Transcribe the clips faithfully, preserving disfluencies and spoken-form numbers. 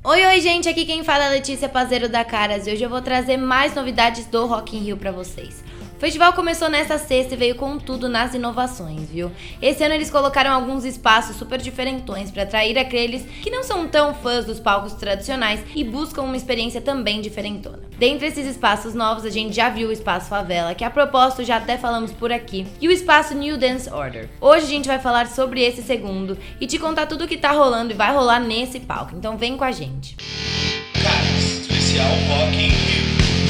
Oi, oi, gente, aqui quem fala é Letícia Pazeiro da Caras e hoje eu vou trazer mais novidades do Rock in Rio pra vocês. O festival começou nesta sexta e veio com tudo nas inovações, viu? Esse ano eles colocaram alguns espaços super diferentões para atrair aqueles que não são tão fãs dos palcos tradicionais e buscam uma experiência também diferentona. Dentre esses espaços novos, a gente já viu o Espaço Favela, que a propósito já até falamos por aqui, e o Espaço New Dance Order. Hoje a gente vai falar sobre esse segundo e te contar tudo o que tá rolando e vai rolar nesse palco, então vem com a gente. Caras, especial Rock in Rio.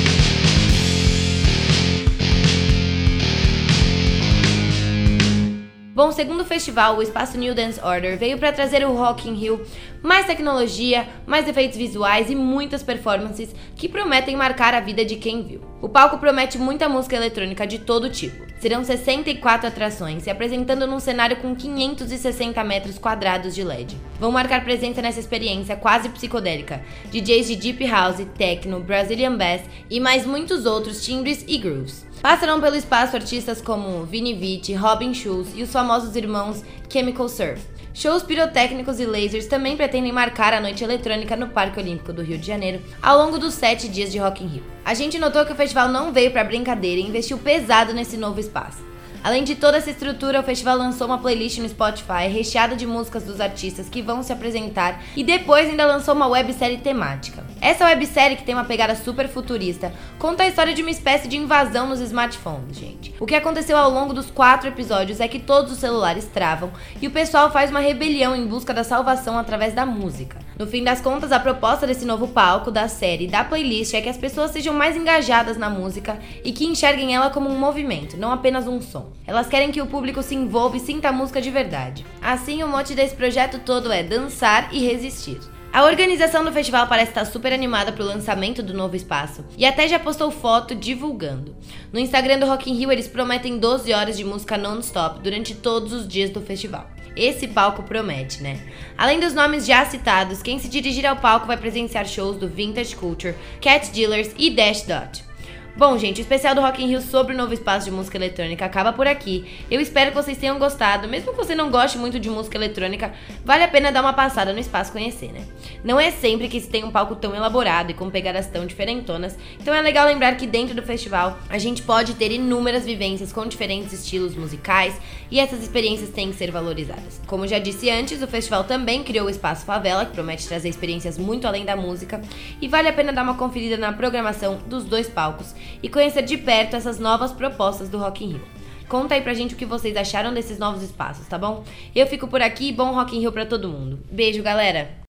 Bom, segundo o festival, o Espaço New Dance Order veio para trazer o Rock in Rio mais tecnologia, mais efeitos visuais e muitas performances que prometem marcar a vida de quem viu. O palco promete muita música eletrônica de todo tipo. Serão sessenta e quatro atrações se apresentando num cenário com quinhentos e sessenta metros quadrados de L E D. Vão marcar presença nessa experiência quase psicodélica D Js de Deep House, Techno, Brazilian Bass e mais muitos outros timbres e grooves. Passarão pelo espaço artistas como Vini Vici, Robin Schulz e os famosos irmãos Chemical Surf. Shows pirotécnicos e lasers também pretendem marcar a noite eletrônica no Parque Olímpico do Rio de Janeiro ao longo dos sete dias de Rock in Rio. A gente notou que o festival não veio para brincadeira e investiu pesado nesse novo espaço. Além de toda essa estrutura, o festival lançou uma playlist no Spotify recheada de músicas dos artistas que vão se apresentar e depois ainda lançou uma websérie temática. Essa websérie, que tem uma pegada super futurista, conta a história de uma espécie de invasão nos smartphones, gente. O que aconteceu ao longo dos quatro episódios é que todos os celulares travam e o pessoal faz uma rebelião em busca da salvação através da música. No fim das contas, a proposta desse novo palco, da série e da playlist é que as pessoas sejam mais engajadas na música e que enxerguem ela como um movimento, não apenas um som. Elas querem que o público se envolva e sinta a música de verdade. Assim, o mote desse projeto todo é dançar e resistir. A organização do festival parece estar super animada para o lançamento do novo espaço e até já postou foto divulgando. No Instagram do Rock in Rio eles prometem doze horas de música non-stop durante todos os dias do festival. Esse palco promete, né? Além dos nomes já citados, quem se dirigir ao palco vai presenciar shows do Vintage Culture, Cat Dealers e Dash Dot. Bom, gente, o especial do Rock in Rio sobre o novo espaço de música eletrônica acaba por aqui. Eu espero que vocês tenham gostado. Mesmo que você não goste muito de música eletrônica, vale a pena dar uma passada no espaço conhecer, né? Não é sempre que se tem um palco tão elaborado e com pegadas tão diferentonas, então é legal lembrar que dentro do festival a gente pode ter inúmeras vivências com diferentes estilos musicais e essas experiências têm que ser valorizadas. Como já disse antes, o festival também criou o Espaço Favela, que promete trazer experiências muito além da música, e vale a pena dar uma conferida na programação dos dois palcos e conhecer de perto essas novas propostas do Rock in Rio. Conta aí pra gente o que vocês acharam desses novos espaços, tá bom? Eu fico por aqui, bom Rock in Rio pra todo mundo. Beijo, galera!